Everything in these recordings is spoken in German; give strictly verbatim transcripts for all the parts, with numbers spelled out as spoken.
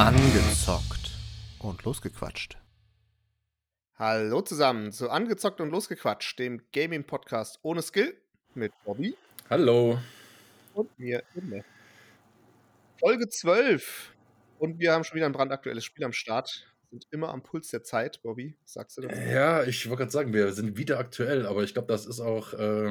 Angezockt und losgequatscht. Hallo zusammen zu Angezockt und losgequatscht, dem Gaming-Podcast ohne Skill mit Bobby Hallo. und mir, dem Matt. Folge zwölf und wir haben schon wieder 'n brandaktuelles Spiel am Start. Sind immer am Puls der Zeit. Bobby, was sagst du dazu? Ja, ich wollte grad sagen, wir sind wieder aktuell, aber ich glaube, das ist auch, äh,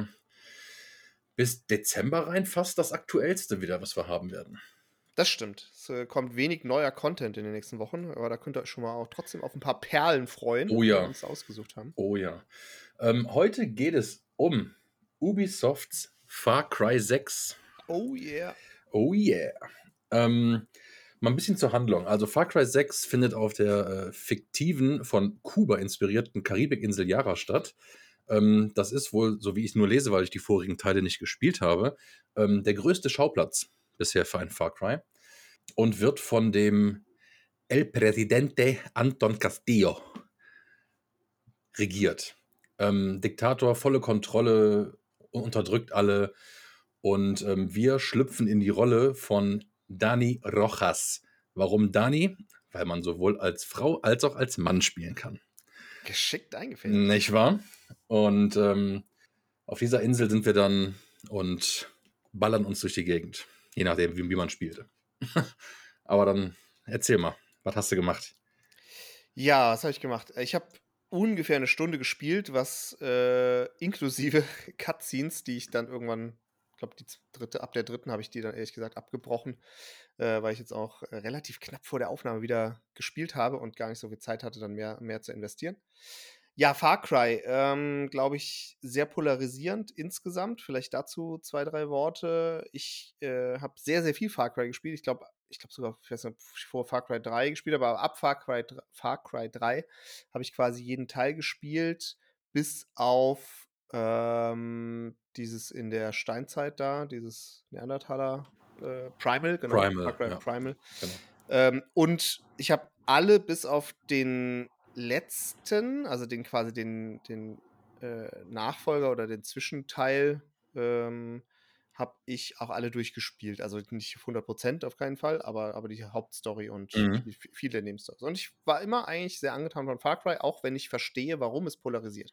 bis Dezember rein fast das Aktuellste wieder, was wir haben werden. Das stimmt. Es, äh, kommt wenig neuer Content in den nächsten Wochen, aber da könnt ihr euch schon mal auch trotzdem auf 'n paar Perlen freuen, Oh die wir ja. uns da ausgesucht haben. Oh ja. Ähm, heute geht es um Ubisofts Far Cry sechs. Oh yeah. Oh yeah. Ähm, mal 'n bisschen zur Handlung. Also, Far Cry sechs findet auf der, äh, fiktiven, von Kuba inspirierten Karibikinsel Yara statt. Ähm, das ist wohl, so wie ich's nur lese, weil ich die vorigen Teile nicht gespielt habe, ähm, der größte Schauplatz bisher für ein Far Cry und wird von dem El Presidente Anton Castillo regiert. Ähm, Diktator, volle Kontrolle, u unterdrückt alle und, ähm, wir schlüpfen in die Rolle von Dani Rojas. Warum Dani? Weil man sowohl als Frau als auch als Mann spielen kann. Geschickt eingefädelt. Nicht wahr? Und, ähm, auf dieser Insel sind wir dann und ballern uns durch die Gegend, je nachdem, wie wie man spielt. Aber dann erzähl mal, was hast du gemacht? Ja, was habe ich gemacht? Ich habe ungefähr 'ne Stunde gespielt, was, äh, inklusive Cutscenes, die ich dann irgendwann ich glaube, die z dritte ab der dritten habe ich die dann ehrlich gesagt abgebrochen, äh, weil ich jetzt auch, äh, relativ knapp vor der Aufnahme wieder gespielt habe und gar nicht so viel Zeit hatte, dann mehr mehr zu investieren. Ja, Far Cry, ähm, glaube ich, sehr polarisierend insgesamt. Vielleicht dazu zwei, drei Worte. Ich, äh, habe sehr, sehr viel Far Cry gespielt. Ich glaube ich glaube sogar, ich weiß nicht, ob ich vor Far Cry drei gespielt habe, aber ab Far Cry dr Far Cry drei habe ich quasi jeden Teil gespielt, bis auf, ähm, dieses in der Steinzeit da, dieses Neandertaler, äh, Primal, genau, Far Primal, Cry ja, Primal. genau. Ähm, und ich habe alle bis auf den letzten, also den quasi den den, äh, Nachfolger oder den Zwischenteil, ähm, habe ich auch alle durchgespielt. Also nicht auf hundert Prozent auf keinen Fall, aber aber die Hauptstory und Mhm. vi vi viele Nebenstories. Und ich war immer eigentlich sehr angetan von Far Cry, auch wenn ich verstehe, warum es polarisiert.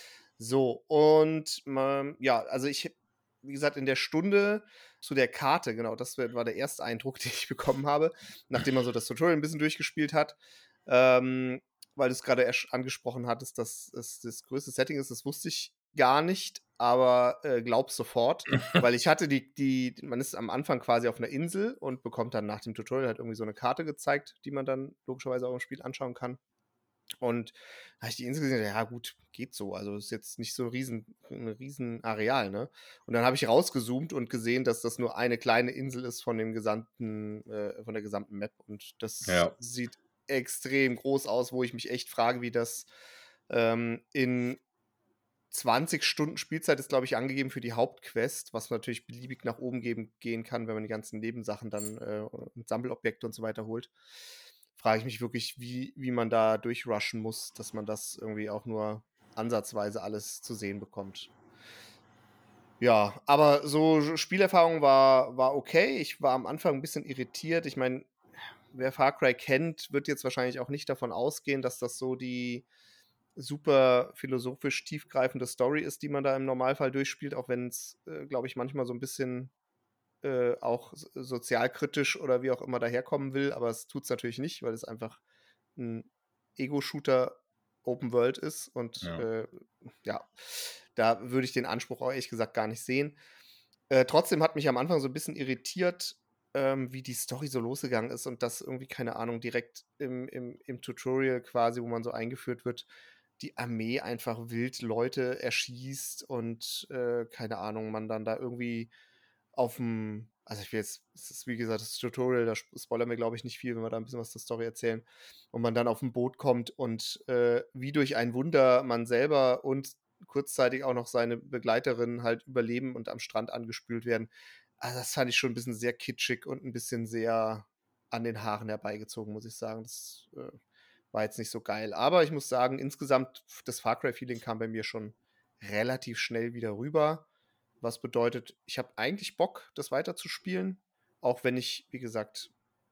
So, und, ähm, ja, also ich wie gesagt, in der Stunde zu der Karte, genau, das w war der erste Eindruck, den ich bekommen habe, nachdem man so das Tutorial 'n bisschen durchgespielt hat. Ähm, weil du's grade ersch angesprochen hattest, dass es das größte Setting ist, das wusste ich gar nicht, aber, äh, glaube sofort, weil ich hatte die die man ist am Anfang quasi auf 'ner Insel und bekommt dann nach dem Tutorial halt irgendwie so 'ne Karte gezeigt, die man dann logischerweise auch im Spiel anschauen kann. Und da habe ich die Insel gesehen, ja gut, geht so. Also, ist jetzt nicht so riesen 'n Riesenareal, ne? Und dann habe ich rausgezoomt und gesehen, dass das nur eine kleine Insel ist von dem gesamten äh, von der gesamten Map. Und das Ja. sieht extrem groß aus, wo ich mich echt frage, wie das, ähm, in zwanzig Stunden Spielzeit ist, glaube ich, angegeben für die Hauptquest, was natürlich beliebig nach oben geben gehen kann, wenn man die ganzen Nebensachen dann, äh, und Sammelobjekte und so weiter holt. Frage ich mich wirklich, wie wie man da durchrushen muss, dass man das irgendwie auch nur ansatzweise alles zu sehen bekommt. Ja, aber so J Spielerfahrung war war okay. Ich war am Anfang 'n bisschen irritiert. Ich meine, wer Far Cry kennt, wird jetzt wahrscheinlich auch nicht davon ausgehen, dass das so die super philosophisch tiefgreifende Story ist, die man da im Normalfall durchspielt, auch wenn's, äh, glaube ich, manchmal so 'n bisschen, äh, auch s sozialkritisch oder wie auch immer daherkommen will, aber es tut's natürlich nicht, weil es einfach 'n Ego-Shooter Open World ist und, Ja. äh, ja, da würde ich den Anspruch auch ehrlich gesagt gar nicht sehen. Äh, trotzdem hat mich am Anfang so 'n bisschen irritiert, ähm, wie die Story so losgegangen ist und dass irgendwie, keine Ahnung, direkt im im im Tutorial quasi, wo man so eingeführt wird, die Armee einfach wild Leute erschießt und, äh, keine Ahnung, man dann da irgendwie auf'm also, ich will jetzt es ist wie gesagt das Tutorial, da sp spoilern wir, glaube ich, nicht viel, wenn wir da 'n bisschen was zur Story erzählen. Und man dann auf'm Boot kommt und, äh, wie durch ein Wunder man selber und kurzzeitig auch noch seine Begleiterin halt überleben und am Strand angespült werden. Also, das fand ich schon 'n bisschen sehr kitschig und 'n bisschen sehr an den Haaren herbeigezogen, muss ich sagen. Das, äh, war jetzt nicht so geil. Aber ich muss sagen, insgesamt, f das Far Cry-Feeling kam bei mir schon relativ schnell wieder rüber, was bedeutet, ich habe eigentlich Bock, das weiterzuspielen, auch wenn ich, wie gesagt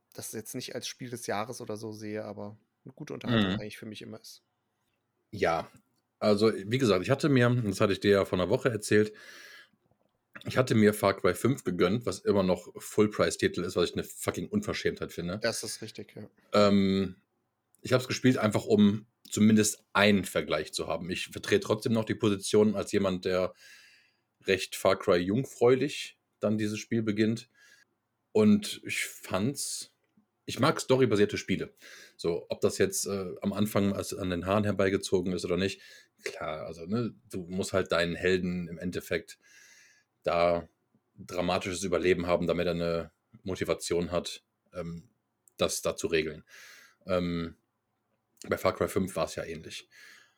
das jetzt nicht als Spiel des Jahres oder so sehe, aber eine gute Unterhaltung Mhm. eigentlich für mich immer ist. Ja, also wie gesagt, ich hatte mir, das hatte ich dir ja vor einer Woche erzählt, ich hatte mir Far Cry fünf gegönnt, was immer noch Full-Price-Titel ist, was ich eine fucking Unverschämtheit finde. Das ist richtig, ja. Ähm, ich habe es gespielt, einfach um zumindest einen Vergleich zu haben. Ich vertrete trotzdem noch die Position als jemand, der recht Far Cry jungfräulich dann dieses Spiel beginnt. Und ich fand's, ich mag storybasierte Spiele. So, ob das jetzt äh, am Anfang als an den Haaren herbeigezogen ist oder nicht. Klar, also ne, du musst halt deinen Helden im Endeffekt da dramatisches Überleben haben, damit er eine Motivation hat, ähm, das da zu regeln. Ähm, bei Far Cry fünf war es ja ähnlich.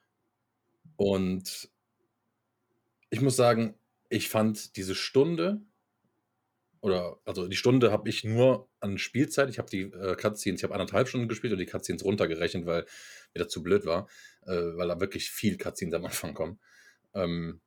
Und ich muss sagen, ich fand diese Stunde, oder also die Stunde habe ich nur an Spielzeit. Ich habe die äh, Cutscenes, ich habe anderthalb Stunden gespielt und die Cutscenes runtergerechnet, weil mir das zu blöd war, äh, weil da wirklich viel Cutscenes am Anfang kommen. Ähm,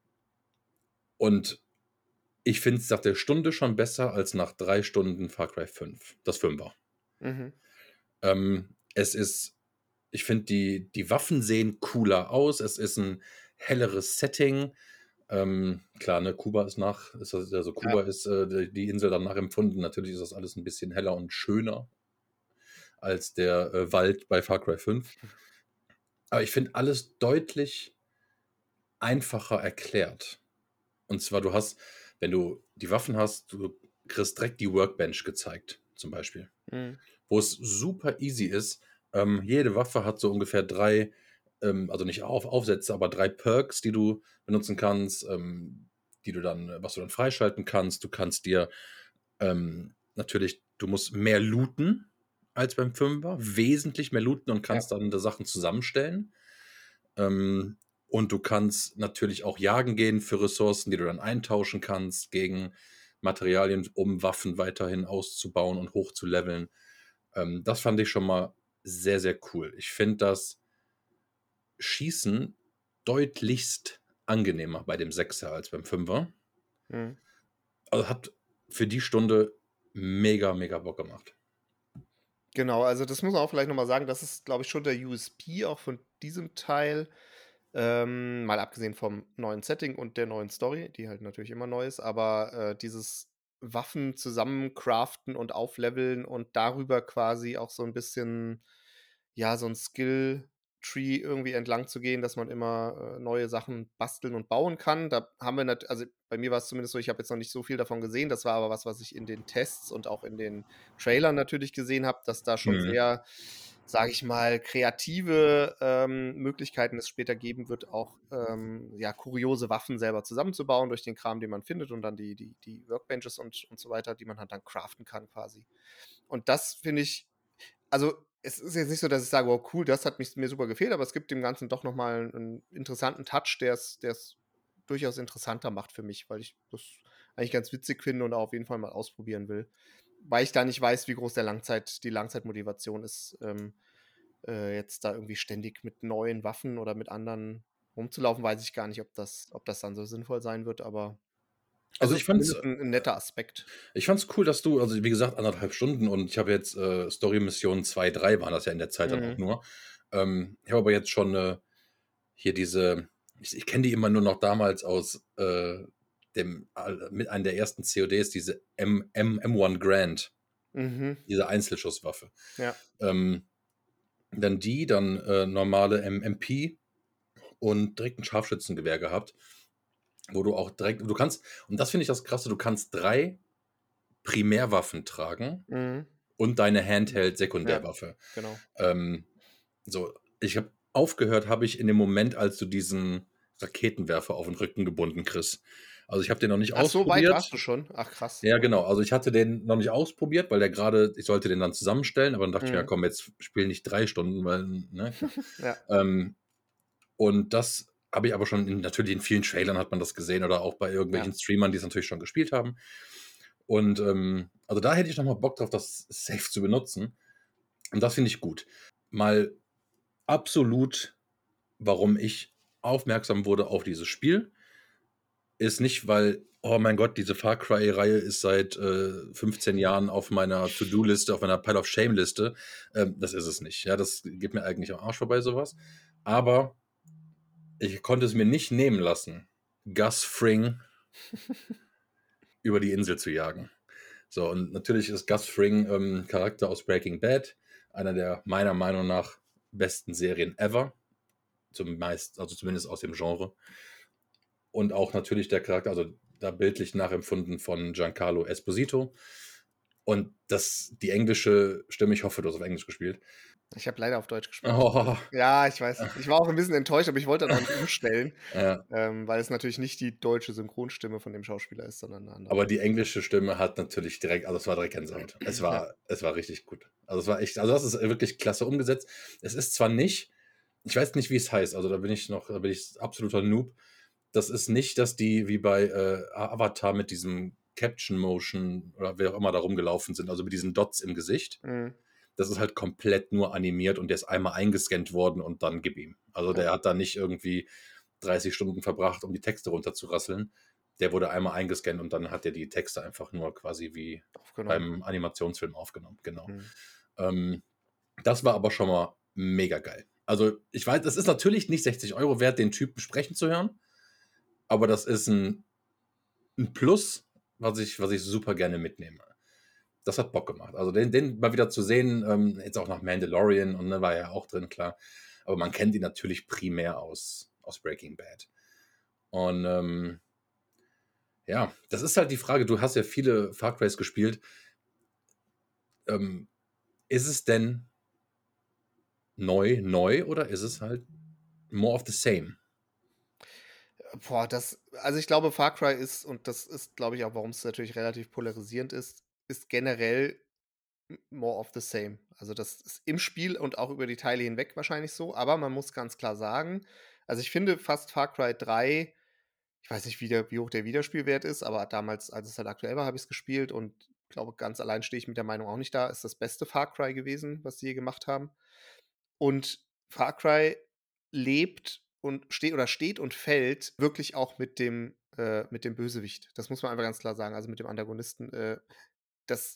und ich finde es nach der Stunde schon besser als nach drei Stunden Far Cry fünf, das Fünfer. Mhm. Ähm, es ist, ich finde, die, die Waffen sehen cooler aus. Es ist ein helleres Setting. Ähm, klar, ne, Kuba ist nach, ist das, also Ja. Kuba ist äh, die, die Insel dann nachempfunden. Natürlich ist das alles ein bisschen heller und schöner als der äh, Wald bei Far Cry fünf. Aber ich finde alles deutlich einfacher erklärt. Und zwar, du hast, wenn du die Waffen hast, du kriegst direkt die Workbench gezeigt, zum Beispiel. Mhm. Wo es super easy ist. Ähm, jede Waffe hat so ungefähr drei, ähm, also nicht auf, Aufsätze, aber drei Perks, die du benutzen kannst, ähm, die du dann, was du dann freischalten kannst. Du kannst dir ähm, natürlich, du musst mehr looten als beim Fünfer, wesentlich mehr looten und kannst Ja. dann die Sachen zusammenstellen. Ähm, und du kannst natürlich auch jagen gehen für Ressourcen, die du dann eintauschen kannst gegen Materialien, um Waffen weiterhin auszubauen und hochzuleveln. Ähm, das fand ich schon mal sehr, sehr cool. Ich finde das Schießen deutlichst angenehmer bei dem Sechser als beim Fünfer. Mhm. Also hat für die Stunde mega, mega Bock gemacht. Genau, also das muss man auch vielleicht noch mal sagen, das ist, glaube ich, schon der U S P auch von diesem Teil, ähm, mal abgesehen vom neuen Setting und der neuen Story, die halt natürlich immer neu ist, aber, äh, dieses Waffen zusammen craften und aufleveln und darüber quasi auch so ein bisschen, ja, so ein Skill-Tree irgendwie entlang zu gehen, dass man immer, äh, neue Sachen basteln und bauen kann. Da haben wir nat also, bei mir war es zumindest so, ich habe jetzt noch nicht so viel davon gesehen. Das war aber was, was ich in den Tests und auch in den Trailern natürlich gesehen habe, dass da schon Mhm. sehr, sage ich mal, kreative, ähm, Möglichkeiten es später geben wird, auch, ähm, ja, kuriose Waffen selber zusammenzubauen durch den Kram, den man findet und dann die die die Workbenches und und so weiter, die man halt dann craften kann quasi. Und das finde ich, also, es ist jetzt nicht so, dass ich sage: „Oh cool, das hat mich mir super gefehlt", aber es gibt dem Ganzen doch noch mal 'n interessanten Touch, der es durchaus interessanter macht für mich, weil ich das eigentlich ganz witzig finde und auch auf jeden Fall mal ausprobieren will. Weil ich da nicht weiß, wie groß der Langzeit die Langzeitmotivation ist, ähm, äh, jetzt da irgendwie ständig mit neuen Waffen oder mit anderen rumzulaufen, weiß ich gar nicht, ob das ob das dann so sinnvoll sein wird, aber es Also ich ist fand's, zumindest 'n 'n netter Aspekt. ich fand's cool, dass du, also wie gesagt, anderthalb Stunden und ich habe jetzt äh, Story-Missionen zwei, drei waren das ja in der Zeit dann auch Mhm. nur. Ähm, ich habe aber jetzt schon äh, hier diese, ich, ich kenne die immer nur noch damals aus äh, dem, äh, mit einer der ersten C O Ds, diese M, M, M eins Grand, Mhm. diese Einzelschusswaffe. Ja. Ähm, dann die, dann äh, normale M M P und direkt ein Scharfschützengewehr gehabt, wo du auch direkt, du kannst, und das finde ich das Krasse, du kannst drei Primärwaffen tragen Mhm. und deine Ja, Handheld-Sekundärwaffe. genau. Ähm, so, ich habe aufgehört, habe ich in dem Moment, als du diesen Raketenwerfer auf den Rücken gebunden kriegst. Also ich habe den noch nicht Ach, so weit warst ausprobiert. du schon? Ach krass. Ja, genau. Also ich hatte den noch nicht ausprobiert, weil der gerade, ich sollte den dann zusammenstellen, aber dann dachte ich mir, ja Mhm. komm, jetzt spiel nicht drei Stunden, weil, ne, klar. Ja. Ähm, und das habe ich aber schon in, natürlich in vielen Trailern hat man das gesehen oder auch bei Ja. irgendwelchen Streamern, die es natürlich schon gespielt haben. Und ähm, also da hätte ich nochmal Bock drauf, das safe zu benutzen. Und das finde ich gut. Mal absolut, warum ich aufmerksam wurde auf dieses Spiel, ist nicht, weil, oh mein Gott, diese Far Cry-Reihe ist seit äh, fünfzehn Jahren auf meiner To-Do-Liste, auf meiner Pile of Shame-Liste. Ähm, das ist es nicht. Ja, das geht mir eigentlich am Arsch vorbei, sowas. Aber ich konnte es mir nicht nehmen lassen, Gus Fring über die Insel zu jagen. So, und natürlich ist Gus Fring ähm, Charakter aus Breaking Bad, einer der meiner Meinung nach besten Serien ever. Zumeist, also zumindest aus dem Genre. Und auch natürlich der Charakter, also da bildlich nachempfunden von Giancarlo Esposito. Und das, die englische Stimme, ich hoffe, du hast auf Englisch gespielt. Ich habe leider auf Deutsch gespielt. Oh. Ja, ich weiß. Ich war auch ein bisschen enttäuscht, aber ich wollte dann auch nicht umstellen, Ja. ähm, weil es natürlich nicht die deutsche Synchronstimme von dem Schauspieler ist, sondern eine andere. Aber die englische Stimme hat natürlich direkt, also es war direkt Gänsehaut. Es war, ja. es war richtig gut. Also es war echt, also das ist wirklich klasse umgesetzt. Es ist zwar nicht, ich weiß nicht, wie es heißt, also da bin ich noch, da bin ich absoluter Noob. Das ist nicht, dass die wie bei äh, Avatar mit diesem Caption Motion oder wer auch immer da rumgelaufen sind, also mit diesen Dots im Gesicht. Mhm. Das ist halt komplett nur animiert und der ist einmal eingescannt worden und dann gib ihm. Also der hat da nicht irgendwie dreißig Stunden verbracht, um die Texte runterzurasseln. Der wurde einmal eingescannt und dann hat er die Texte einfach nur quasi wie beim Animationsfilm aufgenommen. Genau. Mhm. Ähm, das war aber schon mal mega geil. Also ich weiß, das ist natürlich nicht sechzig Euro wert, den Typen sprechen zu hören, aber das ist ein, ein Plus, was ich, was ich super gerne mitnehme. Das hat Bock gemacht. Also den, den mal wieder zu sehen, ähm, jetzt auch nach Mandalorian und da ne, war ja auch drin, klar. Aber man kennt ihn natürlich primär aus, aus Breaking Bad. Und ähm, ja, das ist halt die Frage, du hast ja viele Far Crys gespielt. Ähm, ist es denn neu, neu oder ist es halt more of the same? Boah, das, also ich glaube, Far Cry ist, und das ist, glaube ich, auch, warum es natürlich relativ polarisierend ist, ist generell more of the same. Also das ist im Spiel und auch über die Teile hinweg wahrscheinlich so, aber man muss ganz klar sagen, also ich finde fast Far Cry drei, ich weiß nicht, wie, der, wie hoch der Wiederspielwert ist, aber damals, als es halt aktuell war, habe ich es gespielt und ich glaube, ganz allein stehe ich mit der Meinung auch nicht da, ist das beste Far Cry gewesen, was sie je gemacht haben. Und Far Cry lebt und steht oder steht und fällt wirklich auch mit dem, äh, mit dem Bösewicht. Das muss man einfach ganz klar sagen, also mit dem Antagonisten. Äh, das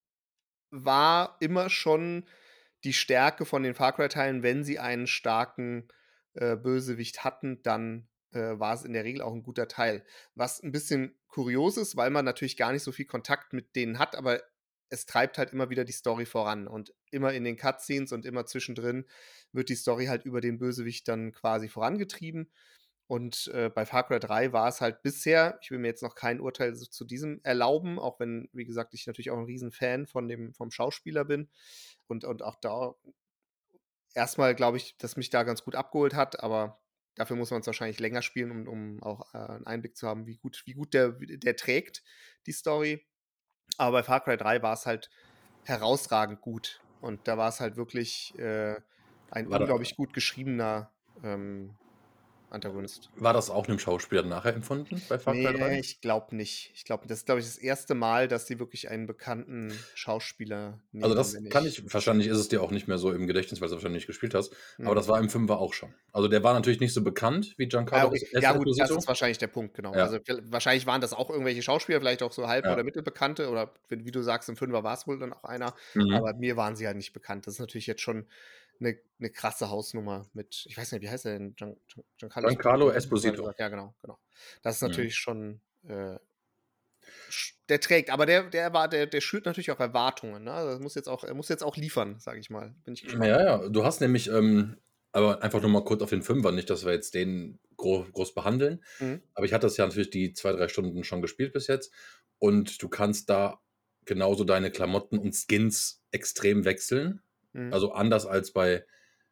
war immer schon die Stärke von den Far Cry-Teilen, wenn sie einen starken äh, Bösewicht hatten, dann äh, war es in der Regel auch ein guter Teil. Was ein bisschen kurios ist, weil man natürlich gar nicht so viel Kontakt mit denen hat, aber es treibt halt immer wieder die Story voran. Und immer in den Cutscenes und immer zwischendrin wird die Story halt über den Bösewicht dann quasi vorangetrieben. Und äh, bei Far Cry drei war es halt bisher, ich will mir jetzt noch kein Urteil so zu diesem erlauben, auch wenn, wie gesagt, ich natürlich auch ein Riesenfan von dem, vom Schauspieler bin und, und auch da erstmal glaube ich, dass mich da ganz gut abgeholt hat, aber dafür muss man es wahrscheinlich länger spielen, um, um auch äh, einen Einblick zu haben, wie gut, wie gut der, der trägt, die Story. Aber bei Far Cry drei war es halt herausragend gut. Und da war es halt wirklich äh, ein War da- unglaublich gut geschriebener ähm, Antagonist. War das auch einem Schauspieler nachher empfunden bei Far Cry drei? Nee, ich glaube nicht. Ich glaube, das ist, glaube ich, das erste Mal, dass sie wirklich einen bekannten Schauspieler nehmen. Also das wenn kann ich, wahrscheinlich ist es dir auch nicht mehr so im Gedächtnis, weil du wahrscheinlich nicht gespielt hast, aber Mhm. das war im Fünfer auch schon. Also der war natürlich nicht so bekannt wie Ja, Giancarlo okay. Es- Ja, gut, das Esposito. ist wahrscheinlich der Punkt, genau. Ja. Also vi- wahrscheinlich waren das auch irgendwelche Schauspieler, vielleicht auch so halb- Ja. oder mittelbekannte, oder wenn- wie du sagst, im Fünfer war es wohl dann auch einer, Mhm. aber mir waren sie halt nicht bekannt. Das ist natürlich jetzt schon eine, eine krasse Hausnummer mit, ich weiß nicht, wie heißt er denn? Gian, Gian, Giancarlo, Giancarlo Esposito, Esposito. Ja, genau, genau. Das ist Mhm. natürlich schon, äh, sch- der trägt, aber der, der war, der, der schürt natürlich auch Erwartungen. Ne? Also das muss jetzt auch, er muss jetzt auch liefern, sage ich mal. Bin ich gespannt. Ja, ja, du hast nämlich, ähm, aber einfach nur mal kurz auf den Fünfer, nicht, dass wir jetzt den gro groß behandeln, Mhm. aber ich hatte das ja natürlich die zwei, drei Stunden schon gespielt bis jetzt und du kannst da genauso deine Klamotten und Skins extrem wechseln. Mhm. Also anders als bei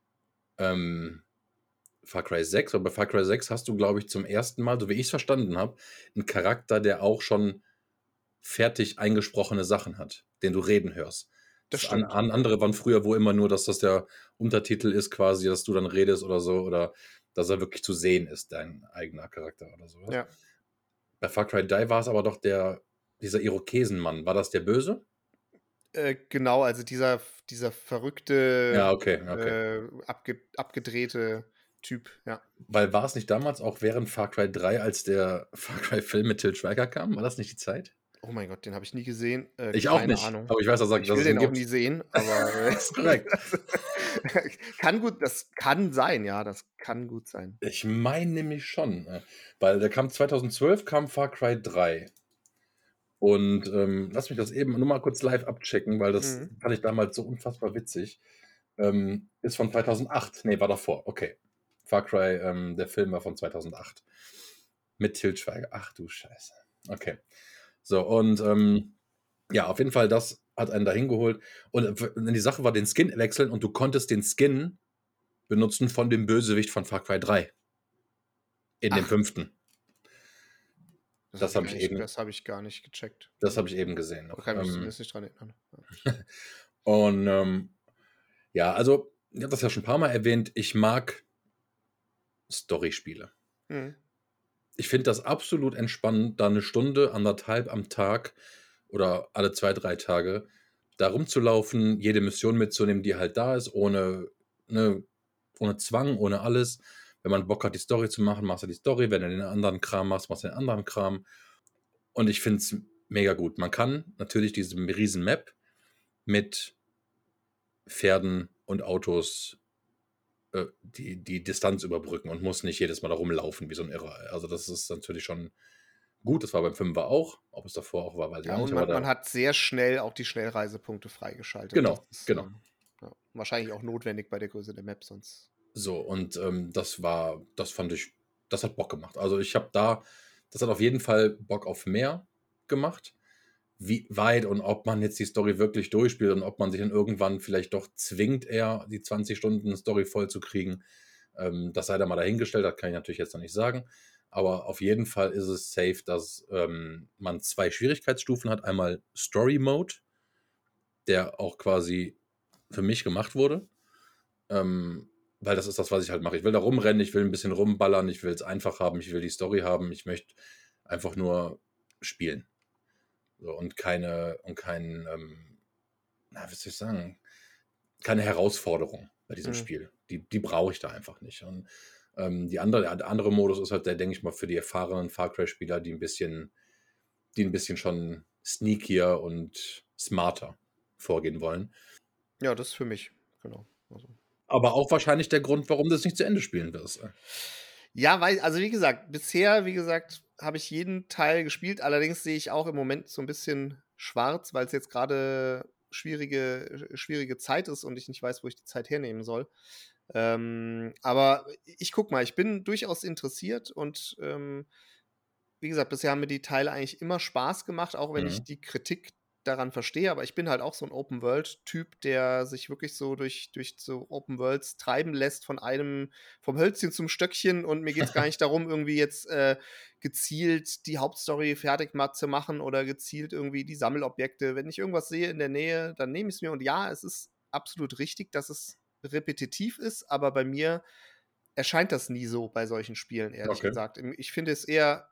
ähm, Far Cry sechs, aber bei Far Cry sechs hast du, glaube ich, zum ersten Mal, so wie ich es verstanden habe, einen Charakter, der auch schon fertig eingesprochene Sachen hat, den du reden hörst. Das An, stimmt. an andere waren früher wo immer nur, dass das der Untertitel ist quasi, dass du dann redest oder so, oder dass er wirklich zu sehen ist, dein eigener Charakter oder sowas. Ja. Bei Far Cry drei war es aber doch der, dieser Irokesenmann. War das der Böse? Äh, genau, also dieser, dieser verrückte, Ja, okay, okay. äh, abge, abgedrehte Typ, ja. Weil war es nicht damals auch während Far Cry drei, als der Far Cry-Film mit Til Schweiger kam? War das nicht die Zeit? Oh mein Gott, den habe ich nie gesehen. Äh, Ich auch keine nicht, Ahnung. aber ich weiß, dass, er, Ich dass will es den den auch gibt. nie sehen, aber äh, Das ist korrekt. kann gut, das kann sein, ja, das kann gut sein. Ich meine nämlich schon, äh, weil der kam zweitausendzwölf, kam Far Cry drei. Und ähm, lass mich das eben nur mal kurz live abchecken, weil das Mhm. fand ich damals so unfassbar witzig. Ähm, ist von zweitausendacht. Nee, war davor. Okay. Far Cry, ähm, der Film war von zweitausendacht. Mit Til Schweiger. Ach du Scheiße. Okay. So, und ähm, ja, auf jeden Fall, das hat einen dahin geholt. Und äh, die Sache war, den Skin wechseln und du konntest den Skin benutzen von dem Bösewicht von Far Cry drei. In dem Ach, fünften. das Das habe habe ich, ich gar nicht- eben, das hab ich gar nicht gecheckt. das habe ich eben gesehen Da noch. kann ich mich Ähm, zumindest nicht dran erinnern. Ja. und ähm, ja, also, ich habe das ja schon ein paar Mal erwähnt, ich mag Storyspiele. Mhm. Ich finde das absolut entspannend, da eine Stunde, anderthalb am Tag oder alle zwei, drei Tage da rumzulaufen, jede Mission mitzunehmen, die halt da ist, ohne, ne, ohne Zwang, ohne alles. Wenn man Bock hat, die Story zu machen, machst du die Story. Wenn du den anderen Kram machst, machst du den anderen Kram. Und ich finde es mega gut. Man kann natürlich diese riesen Map mit Pferden und Autos äh, die, die Distanz überbrücken und muss nicht jedes Mal da rumlaufen wie so ein Irrer. Also das ist natürlich schon gut. Das war beim Fünfer auch. Ob es davor auch war, weiß ich Ja, auch und nicht. Aber man, man da, hat sehr schnell auch die Schnellreisepunkte freigeschaltet. Das genau, ist genau. ähm, ja, wahrscheinlich auch notwendig bei der Größe der Map, sonst. So, und ähm, das war, das fand ich, das hat Bock gemacht. Also ich habe da, das hat auf jeden Fall Bock auf mehr gemacht. Wie weit und ob man jetzt die Story wirklich durchspielt und ob man sich dann irgendwann vielleicht doch zwingt, eher die zwanzig Stunden Story voll zu kriegen, ähm, das sei da mal dahingestellt, das kann ich natürlich jetzt noch nicht sagen. Aber auf jeden Fall ist es safe, dass ähm, man zwei Schwierigkeitsstufen hat. Einmal Story Mode, der auch quasi für mich gemacht wurde. Ähm, weil das ist das, was ich halt mache. Ich will da rumrennen, ich will ein bisschen rumballern, ich will es einfach haben, ich will die Story haben, ich möchte einfach nur spielen. So, und keine, und kein, ähm, na, was soll ich sagen, keine Herausforderung bei diesem Mhm. Spiel. Die, die brauche ich da einfach nicht. Und ähm, die andere, der andere Modus ist halt der, denke ich mal, für die erfahrenen Far Cry-Spieler, die ein bisschen, die ein bisschen schon sneakier und smarter vorgehen wollen. Ja, das ist für mich, genau. Also. Aber auch wahrscheinlich der Grund, warum du es nicht zu Ende spielen wirst. Ja, weil, also wie gesagt, bisher, wie gesagt, habe ich jeden Teil gespielt. Allerdings sehe ich auch im Moment so ein bisschen schwarz, weil es jetzt gerade schwierige, schwierige Zeit ist und ich nicht weiß, wo ich die Zeit hernehmen soll. Ähm, aber ich guck mal, ich bin durchaus interessiert und ähm, wie gesagt, bisher haben mir die Teile eigentlich immer Spaß gemacht, auch wenn ich Mhm. die Kritik daran verstehe. Aber ich bin halt auch so ein Open-World-Typ, der sich wirklich so durch, durch so Open Worlds treiben lässt von einem, vom Hölzchen zum Stöckchen. Und mir geht es gar nicht darum, irgendwie jetzt äh, gezielt die Hauptstory fertig ma- zu machen oder gezielt irgendwie die Sammelobjekte. Wenn ich irgendwas sehe in der Nähe, dann nehme ich es mir. Und ja, es ist absolut richtig, dass es repetitiv ist, aber bei mir erscheint das nie so bei solchen Spielen, ehrlich Okay. gesagt. Ich finde es eher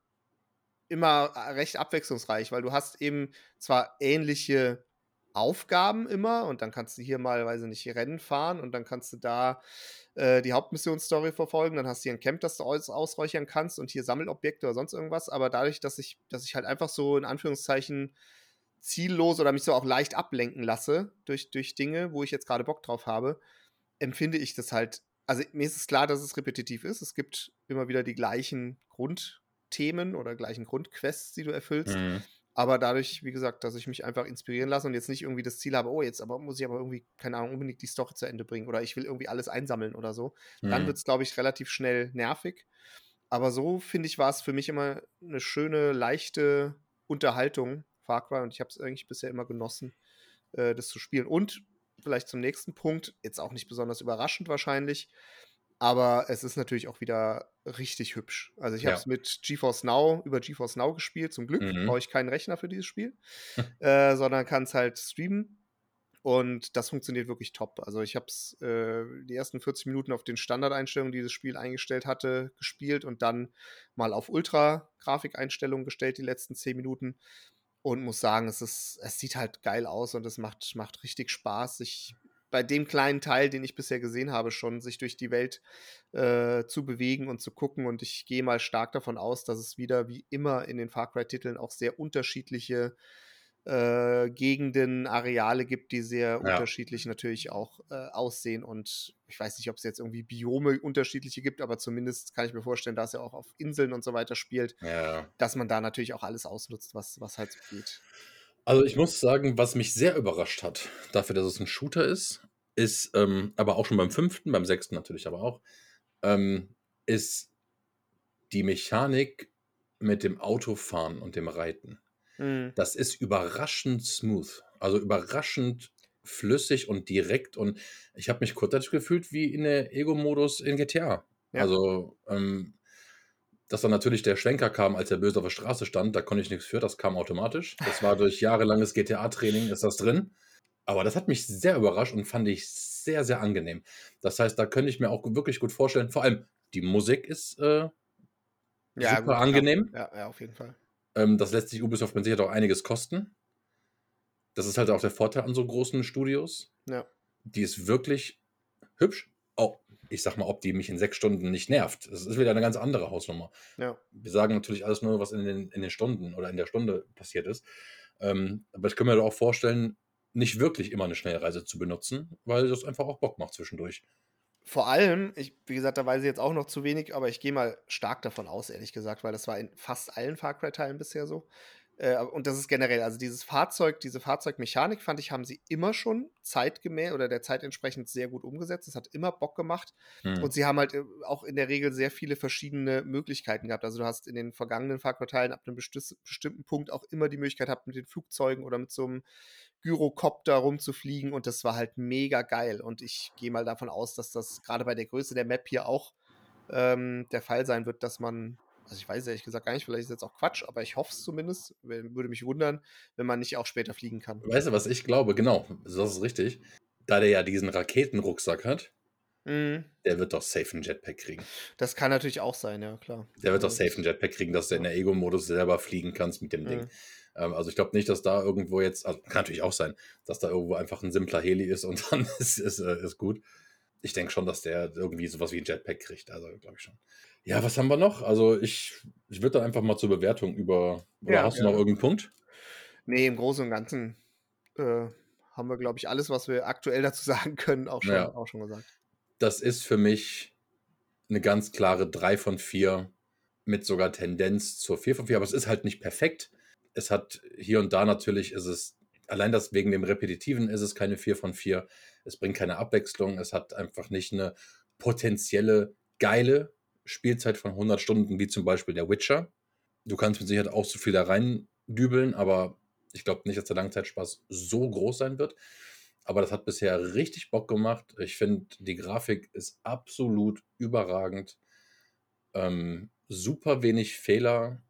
immer recht abwechslungsreich, weil du hast eben zwar ähnliche Aufgaben immer und dann kannst du hier mal, weiß ich nicht, Rennen fahren und dann kannst du da äh, die Hauptmissionsstory verfolgen, dann hast du hier ein Camp, das du aus ausräuchern kannst und hier Sammelobjekte oder sonst irgendwas, aber dadurch, dass ich, dass ich halt einfach so in Anführungszeichen ziellos oder mich so auch leicht ablenken lasse durch, durch Dinge, wo ich jetzt gerade Bock drauf habe, empfinde ich das halt, also mir ist es klar, dass es repetitiv ist. Es gibt immer wieder die gleichen Grundthemen oder gleichen Grundquests, die du erfüllst. Mhm. Aber dadurch, wie gesagt, dass ich mich einfach inspirieren lasse und jetzt nicht irgendwie das Ziel habe, oh, jetzt aber muss ich aber irgendwie, keine Ahnung, unbedingt die Story zu Ende bringen oder ich will irgendwie alles einsammeln oder so, dann Mhm. wird es, glaube ich, relativ schnell nervig. Aber so, finde ich, war es für mich immer eine schöne, leichte Unterhaltung, Far Cry, und ich habe es eigentlich bisher immer genossen, äh, das zu spielen. Und vielleicht zum nächsten Punkt, jetzt auch nicht besonders überraschend wahrscheinlich, aber es ist natürlich auch wieder richtig hübsch. Also ich habe Ja. es mit GeForce Now, über GeForce Now gespielt, zum Glück Mhm. brauche ich keinen Rechner für dieses Spiel, äh, sondern kann es halt streamen. Und das funktioniert wirklich top. Also ich habe es äh, die ersten vierzig Minuten auf den Standardeinstellungen, die das Spiel eingestellt hatte, gespielt und dann mal auf Ultra-Grafikeinstellungen gestellt, die letzten zehn Minuten. Und muss sagen, es, ist, es sieht halt geil aus und es macht, macht richtig Spaß, sich bei dem kleinen Teil, den ich bisher gesehen habe, schon sich durch die Welt äh, zu bewegen und zu gucken. Und ich gehe mal stark davon aus, dass es wieder wie immer in den Far Cry-Titeln auch sehr unterschiedliche äh, Gegenden, Areale gibt, die sehr Ja, unterschiedlich natürlich auch äh, aussehen. Und ich weiß nicht, ob es jetzt irgendwie Biome unterschiedliche gibt, aber zumindest kann ich mir vorstellen, dass er auch auf Inseln und so weiter spielt, ja. dass man da natürlich auch alles ausnutzt, was, was halt so geht. Also ich muss sagen, was mich sehr überrascht hat, dafür, dass es ein Shooter ist, ist, ähm, aber auch schon beim fünften, beim sechsten natürlich aber auch, ähm, ist die Mechanik mit dem Autofahren und dem Reiten. Mhm. Das ist überraschend smooth, also überraschend flüssig und direkt und ich habe mich kurzzeitig gefühlt wie in der Ego-Modus in G T A. Ja. Also, ähm, dass dann natürlich der Schwenker kam, als der Böse auf der Straße stand, da konnte ich nichts für, das kam automatisch. Das war durch jahrelanges G T A-Training ist das drin. Aber das hat mich sehr überrascht und fand ich sehr, sehr angenehm. Das heißt, da könnte ich mir auch wirklich gut vorstellen, vor allem die Musik ist äh, Ja, super gut, klar. angenehm. Ja, ja, auf jeden Fall. Ähm, das lässt sich Ubisoft mit Sicherheit auch einiges kosten. Das ist halt auch der Vorteil an so großen Studios. Ja. Die ist wirklich hübsch. Auch, ich sag mal, ob die mich in sechs Stunden nicht nervt. Das ist wieder eine ganz andere Hausnummer. Ja. Wir sagen natürlich alles nur, was in den, in den Stunden oder in der Stunde passiert ist. Ähm, aber ich kann mir auch vorstellen, nicht wirklich immer eine Schnellreise zu benutzen, weil das einfach auch Bock macht zwischendurch. Vor allem, ich, wie gesagt, da weiß ich jetzt auch noch zu wenig, aber ich gehe mal stark davon aus, ehrlich gesagt, weil das war in fast allen Far Cry-Teilen bisher so. Äh, und das ist generell, also dieses Fahrzeug, diese Fahrzeugmechanik, fand ich, haben sie immer schon zeitgemäß oder der Zeit entsprechend sehr gut umgesetzt. Es hat immer Bock gemacht. Hm. Und sie haben halt äh, auch in der Regel sehr viele verschiedene Möglichkeiten gehabt. Also du hast in den vergangenen Far Cry-Teilen ab einem bestis- bestimmten Punkt auch immer die Möglichkeit gehabt, mit den Flugzeugen oder mit so einem Gyrocopter rumzufliegen und das war halt mega geil. Und ich gehe mal davon aus, dass das gerade bei der Größe der Map hier auch ähm, der Fall sein wird, dass man, also ich weiß ehrlich gesagt gar nicht, vielleicht ist jetzt auch Quatsch, aber ich hoffe es zumindest. Wär- Würde mich wundern, wenn man nicht auch später fliegen kann. Weißt du, was ich glaube? Genau, das ist richtig. Da der ja diesen Raketenrucksack hat, Mhm. der wird doch safe einen Jetpack kriegen. Das kann natürlich auch sein, ja, klar. Der wird doch Also safe das- einen Jetpack kriegen, dass du in der Ego-Modus selber fliegen kannst mit dem Ding. Mhm. Ähm, also ich glaube nicht, dass da irgendwo jetzt, also kann natürlich auch sein, dass da irgendwo einfach ein simpler Heli ist und dann ist, ist, äh, ist gut. Ich denke schon, dass der irgendwie sowas wie ein Jetpack kriegt. Also glaube ich schon. Ja, was haben wir noch? Also ich, ich würde dann einfach mal zur Bewertung über. Oder Ja, hast du ja. noch irgendeinen Punkt? Nee, im Großen und Ganzen äh, haben wir, glaube ich, alles, was wir aktuell dazu sagen können, auch schon, Ja. auch schon gesagt. Das ist für mich eine ganz klare drei von vier mit sogar Tendenz zur vier von vier, aber es ist halt nicht perfekt. Es hat hier und da natürlich, ist es, allein das wegen dem Repetitiven ist es keine vier von vier. Es bringt keine Abwechslung. Es hat einfach nicht eine potenzielle geile Spielzeit von hundert Stunden, wie zum Beispiel der Witcher. Du kannst mit Sicherheit auch so viel da rein dübeln, aber ich glaube nicht, dass der Langzeitspaß so groß sein wird. Aber das hat bisher richtig Bock gemacht. Ich finde, die Grafik ist absolut überragend. Ähm, super wenig Fehler.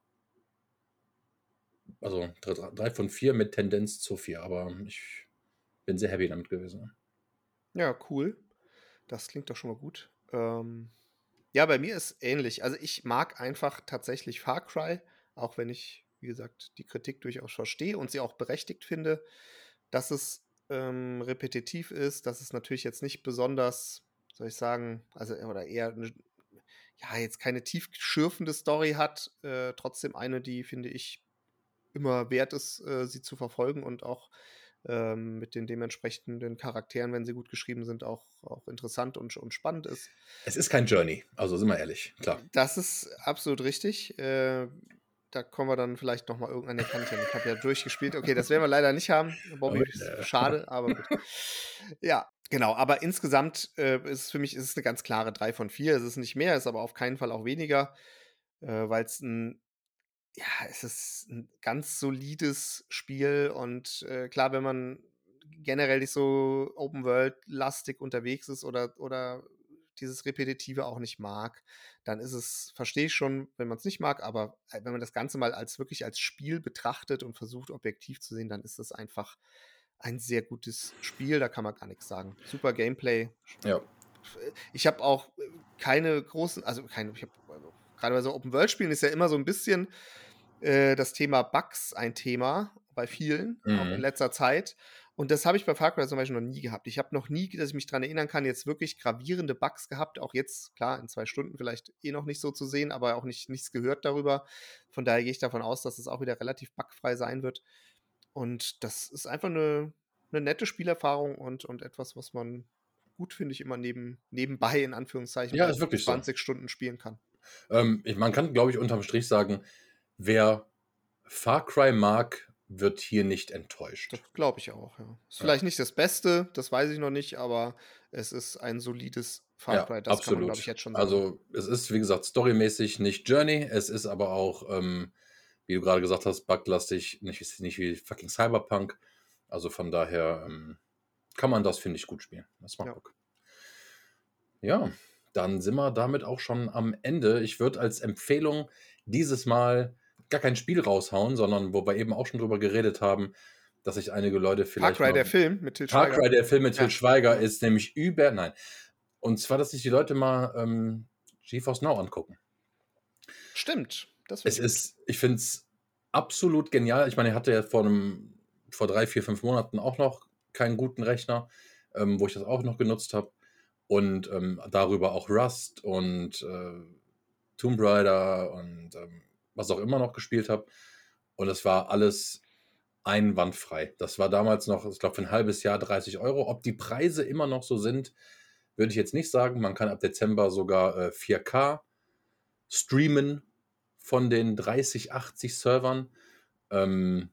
Also drei, drei von vier mit Tendenz zu vier, aber ich bin sehr happy damit gewesen. Ja, cool. Das klingt doch schon mal gut. Ähm, ja, bei mir ist ähnlich. Also ich mag einfach tatsächlich Far Cry, auch wenn ich, wie gesagt, die Kritik durchaus verstehe und sie auch berechtigt finde, dass es ähm, repetitiv ist, dass es natürlich jetzt nicht besonders, soll ich sagen, also oder eher eine, ja, jetzt keine tiefschürfende Story hat, äh, trotzdem eine, die, finde ich, immer wert ist, äh, sie zu verfolgen und auch ähm, mit den dementsprechenden Charakteren, wenn sie gut geschrieben sind, auch, auch interessant und, und spannend ist. Es ist kein Journey, also sind wir ehrlich, klar. Das ist absolut richtig. Äh, da kommen wir dann vielleicht noch mal irgendwann. Nee, kann ich ja nicht. Ich habe ja durchgespielt. Okay, das werden wir leider nicht haben. Bobby, Okay. schade, aber gut. Ja, genau. Aber insgesamt äh, ist es für mich ist es eine ganz klare drei von vier. Es ist nicht mehr, ist aber auf keinen Fall auch weniger, äh, weil es ein ja, es ist ein ganz solides Spiel und, äh, klar, wenn man generell nicht so Open World-lastig unterwegs ist oder oder dieses Repetitive auch nicht mag, dann ist es verstehe ich schon, wenn man es nicht mag, aber, äh, wenn man das Ganze mal als wirklich als Spiel betrachtet und versucht, objektiv zu sehen, dann ist es einfach ein sehr gutes Spiel, da kann man gar nichts sagen. Super Gameplay. Ja. Ich habe auch, äh, keine großen also, keine ich habe also, grade bei so Open-World-Spielen ist ja immer so ein bisschen äh, das Thema Bugs ein Thema bei vielen, auch in Mhm. letzter Zeit. Und das habe ich bei Far Cry zum Beispiel noch nie gehabt. Ich habe noch nie, dass ich mich dran erinnern kann, jetzt wirklich gravierende Bugs gehabt. Auch jetzt, klar, in zwei Stunden vielleicht eh noch nicht so zu sehen, aber auch nicht, nichts gehört darüber. Von daher gehe ich davon aus, dass es auch wieder relativ bugfrei sein wird. Und das ist einfach eine, eine nette Spielerfahrung und, und etwas, was man gut, finde ich, immer neben, nebenbei, in Anführungszeichen, Ja, bei ist wirklich so. zwanzig Stunden spielen kann. Ähm, ich, man kann, glaube ich, unterm Strich sagen, wer Far Cry mag, wird hier nicht enttäuscht. Das glaube ich auch, ja. Ist Ja. vielleicht nicht das Beste, das weiß ich noch nicht, aber es ist ein solides Far Ja, Cry. Das kann man, glaube ich, absolut. jetzt schon sagen. Also es ist, wie gesagt, storymäßig nicht Journey, es ist aber auch, ähm, wie du gerade gesagt hast, buglastig, nicht, nicht wie fucking Cyberpunk. Also von daher ähm, kann man das, finde ich, gut spielen. Das macht Ja. Bock. Ja, dann sind wir damit auch schon am Ende. Ich würde als Empfehlung dieses Mal gar kein Spiel raushauen, sondern wo wir eben auch schon drüber geredet haben, dass sich einige Leute Far vielleicht Cry, mal... der Film mit Til Far Schweiger. Cry, der Film mit Til Ja. Schweiger, Ja. ist nämlich über... Nein. Und zwar, dass sich die Leute mal ähm, GeForce Now angucken. Stimmt. Das Es finde ich gut. ist, ich finde es absolut genial. Ich meine, ich hatte ja vor einem, vor drei, vier, fünf Monaten auch noch keinen guten Rechner, ähm, wo ich das auch noch genutzt habe. Und ähm, darüber auch Rust und äh, Tomb Raider und ähm, was auch immer noch gespielt habe. Und es war alles einwandfrei. Das war damals noch, ich glaube, für ein halbes Jahr dreißig Euro. Ob die Preise immer noch so sind, würde ich jetzt nicht sagen. Man kann ab Dezember sogar äh, vier K streamen von den dreißig achtzig Servern. Ähm,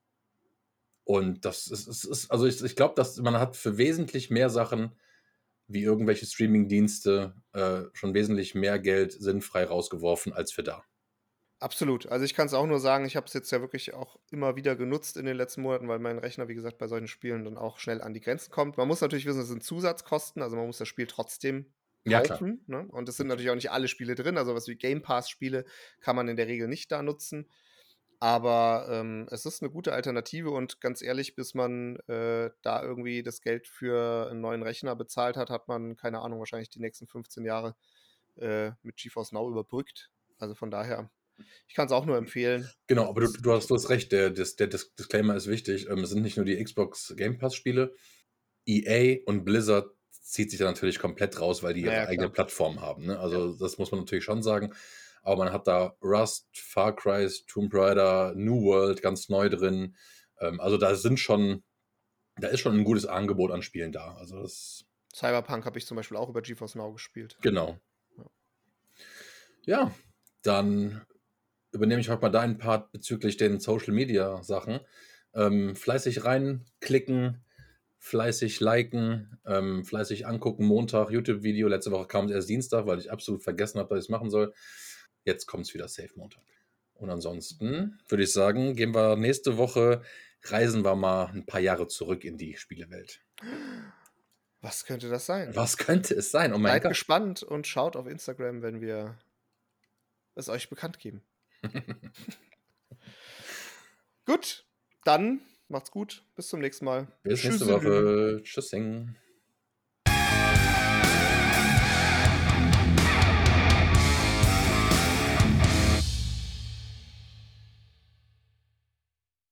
und das ist, ist, ist also ich, ich glaube, dass man hat für wesentlich mehr Sachen wie irgendwelche Streaming-Dienste äh, schon wesentlich mehr Geld sinnfrei rausgeworfen als für da. Absolut. Also ich kann es auch nur sagen, ich habe es jetzt ja wirklich auch immer wieder genutzt in den letzten Monaten, weil mein Rechner, wie gesagt, bei solchen Spielen dann auch schnell an die Grenzen kommt. Man muss natürlich wissen, es sind Zusatzkosten, also man muss das Spiel trotzdem Ja, klar. kaufen. Ne? Und es sind natürlich auch nicht alle Spiele drin, also was wie Game Pass-Spiele kann man in der Regel nicht da nutzen. Aber ähm, es ist eine gute Alternative und ganz ehrlich, bis man äh, da irgendwie das Geld für einen neuen Rechner bezahlt hat, hat man, keine Ahnung, wahrscheinlich die nächsten fünfzehn Jahre äh, mit GeForce Now überbrückt. Also von daher, ich kann es auch nur empfehlen. Genau, aber du, Das ist du, hast, du wirklich hast recht, der, das, der Dis- Disclaimer ist wichtig. Ähm, es sind nicht nur die Xbox Game Pass-Spiele. E A und Blizzard zieht sich da natürlich komplett raus, weil die ihre Naja, eigene klar. Plattform haben. Ne? Also das muss man natürlich schon sagen. Aber man hat da Rust, Far Cry, Tomb Raider, New World ganz neu drin. Ähm, also da sind schon, da ist schon ein gutes Angebot an Spielen da. Also das, Cyberpunk habe ich zum Beispiel auch über GeForce Now gespielt. genau. Ja. Ja, dann übernehme ich heute mal deinen Part bezüglich den Social Media Sachen. Ähm, fleißig reinklicken, fleißig liken, ähm, fleißig angucken. Montag YouTube-Video. Letzte Woche kam es erst Dienstag, weil ich absolut vergessen habe, dass ich es machen soll. Jetzt kommt es wieder Safe Montag. Und ansonsten würde ich sagen, gehen wir nächste Woche, reisen wir mal ein paar Jahre zurück in die Spielewelt. Was könnte das sein? Was könnte es sein? Oh mein Seid Gott. gespannt und schaut auf Instagram, wenn wir es euch bekannt geben. Gut, dann macht's gut. Bis zum nächsten Mal. Bis nächste Tschüsselü. Woche. Tschüssing.